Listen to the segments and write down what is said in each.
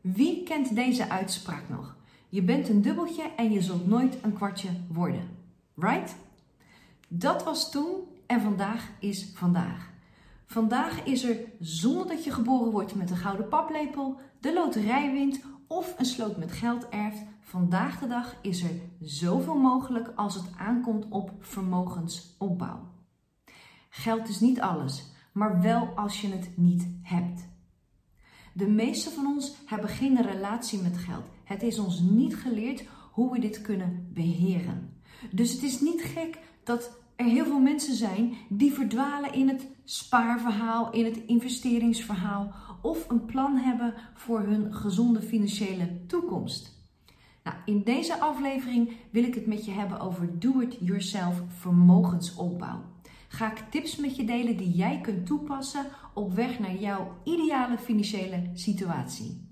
Wie kent deze uitspraak nog? Je bent een dubbeltje en je zult nooit een kwartje worden. Right? Dat was toen en vandaag is vandaag. Vandaag is er, zonder dat je geboren wordt met een gouden paplepel, de loterij wint of een sloot met geld erft. Vandaag de dag is er zoveel mogelijk als het aankomt op vermogensopbouw. Geld is niet alles, maar wel als je het niet hebt. De meeste van ons hebben geen relatie met geld. Het is ons niet geleerd hoe we dit kunnen beheren. Dus het is niet gek dat er heel veel mensen zijn die verdwalen in het spaarverhaal, in het investeringsverhaal of een plan hebben voor hun gezonde financiële toekomst. Nou, in deze aflevering wil ik het met je hebben over do-it-yourself vermogensopbouw. Ga ik tips met je delen die jij kunt toepassen op weg naar jouw ideale financiële situatie.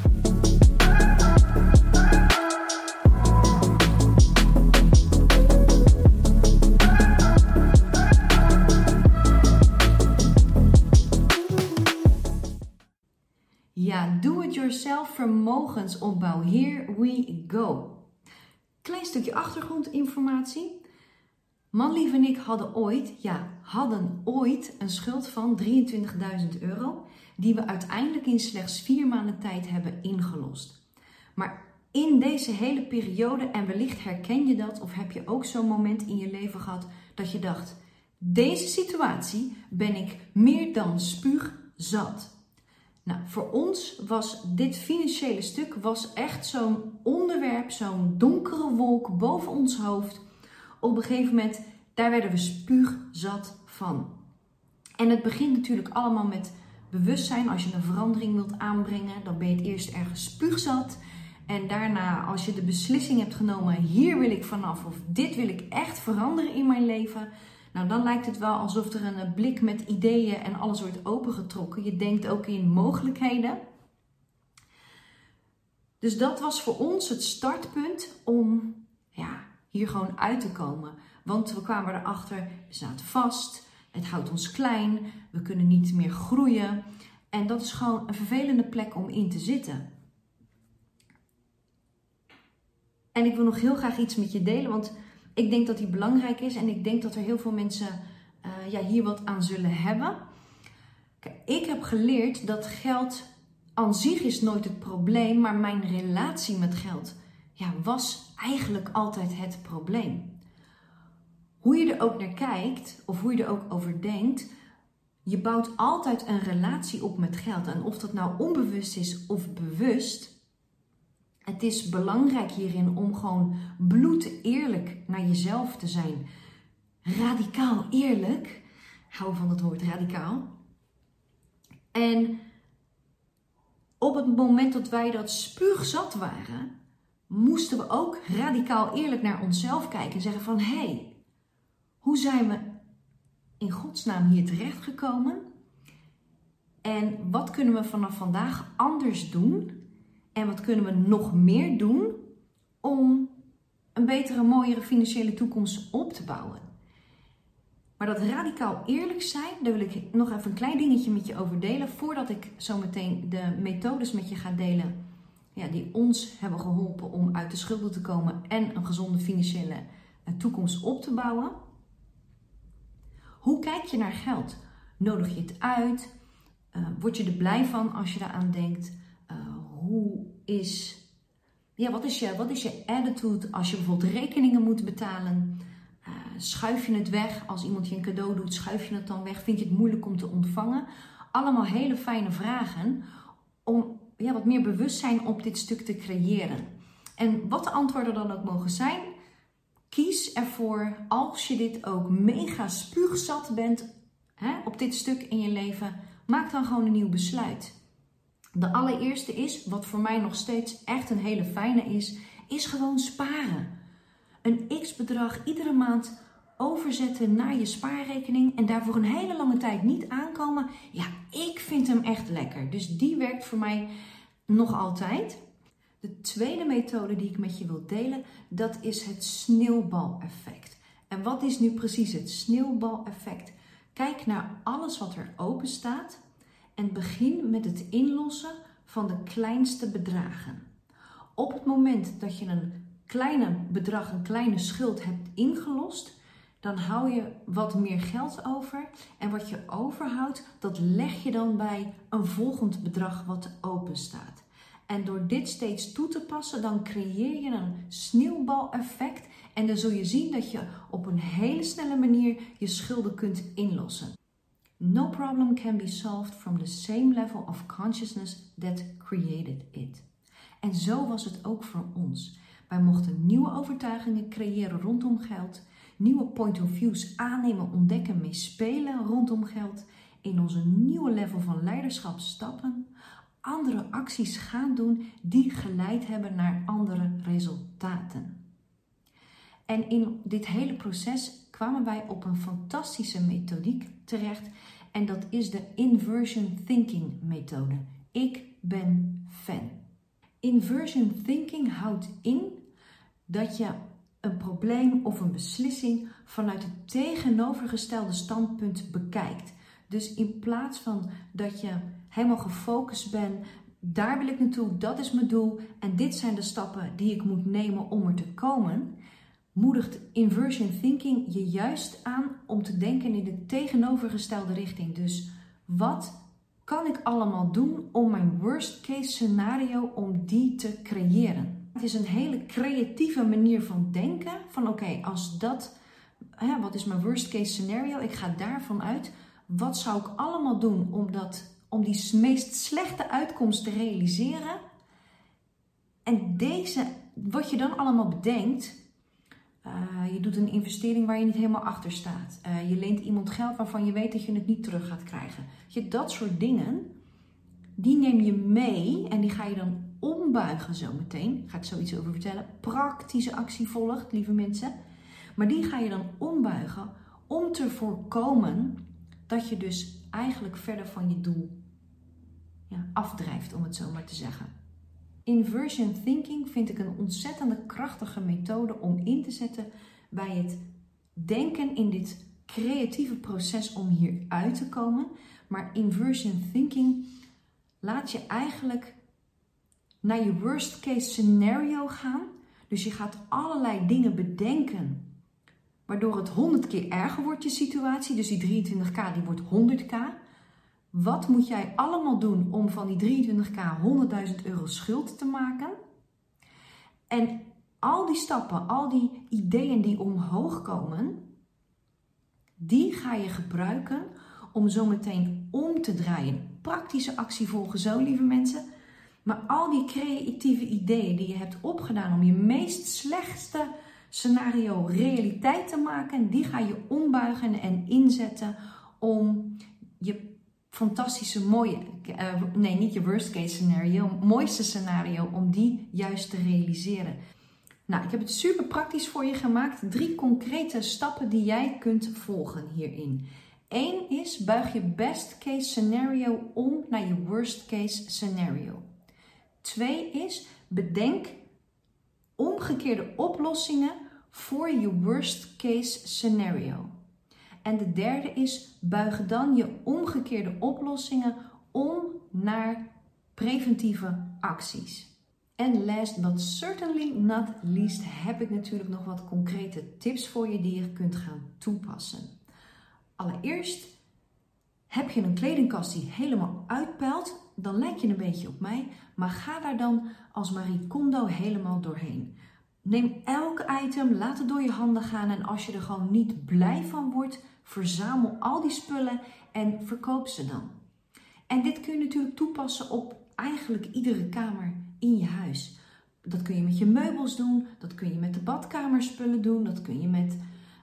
Ja, do-it-yourself vermogensopbouw. Here we go. Klein stukje achtergrondinformatie. Manlief en ik hadden ooit een schuld van €23.000 die we uiteindelijk in slechts 4 maanden tijd hebben ingelost. Maar in deze hele periode, en wellicht herken je dat of heb je ook zo'n moment in je leven gehad dat je dacht, deze situatie ben ik meer dan spuugzat. Nou, voor ons was dit financiële stuk echt zo'n onderwerp, zo'n donkere wolk boven ons hoofd. Op een gegeven moment, daar werden we spuugzat van. En het begint natuurlijk allemaal met bewustzijn. Als je een verandering wilt aanbrengen, dan ben je het eerst ergens spuugzat. En daarna, als je de beslissing hebt genomen, hier wil ik vanaf of dit wil ik echt veranderen in mijn leven. Nou, dan lijkt het wel alsof er een blik met ideeën en alles wordt opengetrokken. Je denkt ook in mogelijkheden. Dus dat was voor ons het startpunt om hier gewoon uit te komen. Want we kwamen erachter, we zaten vast, het houdt ons klein, we kunnen niet meer groeien. En dat is gewoon een vervelende plek om in te zitten. En ik wil nog heel graag iets met je delen, want ik denk dat die belangrijk is en ik denk dat er heel veel mensen hier wat aan zullen hebben. Kijk, ik heb geleerd dat geld aan zich is nooit het probleem, maar mijn relatie met geld was eigenlijk altijd het probleem. Hoe je er ook naar kijkt of hoe je er ook over denkt, je bouwt altijd een relatie op met geld. En of dat nou onbewust is of bewust, het is belangrijk hierin om gewoon bloed eerlijk naar jezelf te zijn. Radicaal eerlijk. Ik hou van het woord radicaal. En op het moment dat wij dat spuugzat waren, moesten we ook radicaal eerlijk naar onszelf kijken en zeggen van, hey, hoe zijn we in godsnaam hier terechtgekomen? En wat kunnen we vanaf vandaag anders doen? En wat kunnen we nog meer doen om een betere, mooiere financiële toekomst op te bouwen? Maar dat radicaal eerlijk zijn, daar wil ik nog even een klein dingetje met je over delen, voordat ik zo meteen de methodes met je ga delen die ons hebben geholpen om uit de schulden te komen en een gezonde financiële toekomst op te bouwen. Hoe kijk je naar geld? Nodig je het uit? Word je er blij van als je daaraan denkt? Wat is je attitude als je bijvoorbeeld rekeningen moet betalen? Schuif je het weg? Als iemand je een cadeau doet, schuif je het dan weg? Vind je het moeilijk om te ontvangen? Allemaal hele fijne vragen om wat meer bewustzijn op dit stuk te creëren. En wat de antwoorden dan ook mogen zijn, kies ervoor, als je dit ook mega spuugzat bent op dit stuk in je leven, maak dan gewoon een nieuw besluit. De allereerste is, wat voor mij nog steeds echt een hele fijne is gewoon sparen. Een x-bedrag iedere maand overzetten naar je spaarrekening en daarvoor een hele lange tijd niet aankomen. Ja, ik vind hem echt lekker. Dus die werkt voor mij nog altijd. De tweede methode die ik met je wil delen, dat is het sneeuwbaleffect. En wat is nu precies het sneeuwbaleffect? Kijk naar alles wat er open staat en begin met het inlossen van de kleinste bedragen. Op het moment dat je een kleine bedrag, een kleine schuld hebt ingelost, dan hou je wat meer geld over. En wat je overhoudt, dat leg je dan bij een volgend bedrag wat open staat. En door dit steeds toe te passen, dan creëer je een sneeuwbaleffect. En dan zul je zien dat je op een hele snelle manier je schulden kunt inlossen. No problem can be solved from the same level of consciousness that created it. En zo was het ook voor ons. Wij mochten nieuwe overtuigingen creëren rondom geld, nieuwe point of views aannemen, ontdekken, meespelen rondom geld, in onze nieuwe level van leiderschap stappen, andere acties gaan doen die geleid hebben naar andere resultaten. En in dit hele proces kwamen wij op een fantastische methodiek terecht en dat is de Inversion Thinking methode. Ik ben fan. Inversion Thinking houdt in dat je een probleem of een beslissing vanuit het tegenovergestelde standpunt bekijkt. Dus in plaats van dat je helemaal gefocust bent, daar wil ik naartoe, dat is mijn doel en dit zijn de stappen die ik moet nemen om er te komen, moedigt Inversion Thinking je juist aan om te denken in de tegenovergestelde richting. Dus wat kan ik allemaal doen om mijn worst case scenario, om die te creëren? Het is een hele creatieve manier van denken. Van oké, als dat, wat is mijn worst case scenario? Ik ga daarvan uit. Wat zou ik allemaal doen om die meest slechte uitkomst te realiseren? En wat je dan allemaal bedenkt. Je doet een investering waar je niet helemaal achter staat. Je leent iemand geld waarvan je weet dat je het niet terug gaat krijgen. Dat soort dingen, die neem je mee en die ga je dan ombuigen zometeen. Daar ga ik zoiets over vertellen. Praktische actie volgt, lieve mensen. Maar die ga je dan ombuigen om te voorkomen dat je dus eigenlijk verder van je doel afdrijft, om het zo maar te zeggen. Inversion Thinking vind ik een ontzettende krachtige methode om in te zetten bij het denken in dit creatieve proces om hier uit te komen. Maar Inversion Thinking laat je eigenlijk naar je worst case scenario gaan. Dus je gaat allerlei dingen bedenken, waardoor het 100 keer erger wordt je situatie. Dus die 23k die wordt 100k. Wat moet jij allemaal doen om van die 23k 100.000 euro schuld te maken? En al die stappen, al die ideeën die omhoog komen, die ga je gebruiken om zo meteen om te draaien. Praktische actie volgen zo, lieve mensen. Maar al die creatieve ideeën die je hebt opgedaan om je meest slechtste scenario realiteit te maken, die ga je ombuigen en inzetten om je fantastische mooie, niet je worst case scenario, mooiste scenario, om die juist te realiseren. Nou, ik heb het super praktisch voor je gemaakt. 3 concrete stappen die jij kunt volgen hierin. 1 is, buig je best case scenario om naar je worst case scenario. 2 is, bedenk omgekeerde oplossingen voor je worst case scenario. En de 3 is, buig dan je omgekeerde oplossingen om naar preventieve acties. En last but certainly not least heb ik natuurlijk nog wat concrete tips voor je die je kunt gaan toepassen. Allereerst, heb je een kledingkast die helemaal uitpeilt, dan lijk je een beetje op mij, maar ga daar dan als Marie Kondo helemaal doorheen. Neem elk item, laat het door je handen gaan en als je er gewoon niet blij van wordt, verzamel al die spullen en verkoop ze dan. En dit kun je natuurlijk toepassen op eigenlijk iedere kamer in je huis. Dat kun je met je meubels doen, dat kun je met de badkamerspullen doen, dat kun je met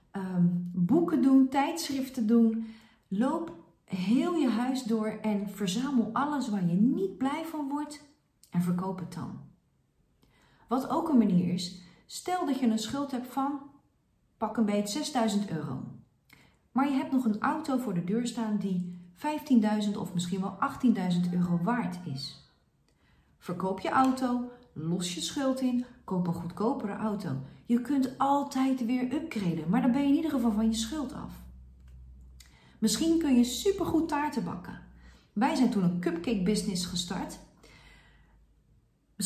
boeken doen, tijdschriften doen. Loop heel je huis door en verzamel alles waar je niet blij van wordt en verkoop het dan. Wat ook een manier is, stel dat je een schuld hebt van, pak een beetje €6.000. Maar je hebt nog een auto voor de deur staan die 15.000 of misschien wel 18.000 euro waard is. Verkoop je auto, los je schuld in, koop een goedkopere auto. Je kunt altijd weer upgraden, maar dan ben je in ieder geval van je schuld af. Misschien kun je supergoed taarten bakken. Wij zijn toen een cupcake business gestart.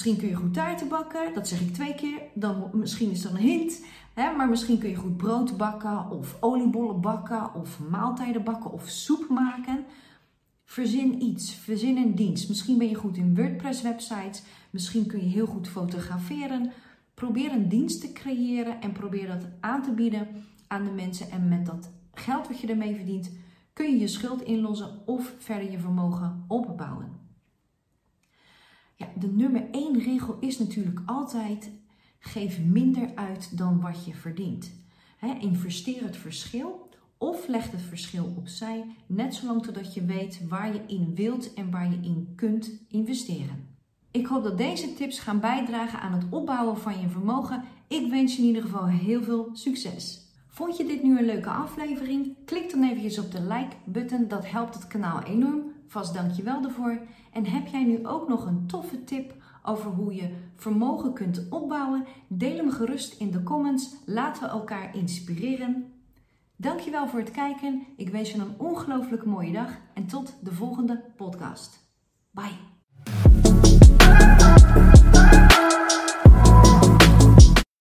Misschien kun je goed taarten bakken, dat zeg ik 2 keer. Misschien is dat een hint. Maar misschien kun je goed brood bakken of oliebollen bakken of maaltijden bakken of soep maken. Verzin iets, verzin een dienst. Misschien ben je goed in WordPress websites. Misschien kun je heel goed fotograferen. Probeer een dienst te creëren en probeer dat aan te bieden aan de mensen. En met dat geld wat je ermee verdient, kun je je schuld inlossen of verder je vermogen opbouwen. Ja, de nummer 1 regel is natuurlijk altijd: geef minder uit dan wat je verdient. Investeer het verschil of leg het verschil opzij, net zolang totdat je weet waar je in wilt en waar je in kunt investeren. Ik hoop dat deze tips gaan bijdragen aan het opbouwen van je vermogen. Ik wens je in ieder geval heel veel succes. Vond je dit nu een leuke aflevering? Klik dan eventjes op de like-button, dat helpt het kanaal enorm. Vast dank je wel daarvoor. En heb jij nu ook nog een toffe tip over hoe je vermogen kunt opbouwen? Deel hem gerust in de comments. Laten we elkaar inspireren. Dankjewel voor het kijken. Ik wens je een ongelooflijk mooie dag en tot de volgende podcast. Bye!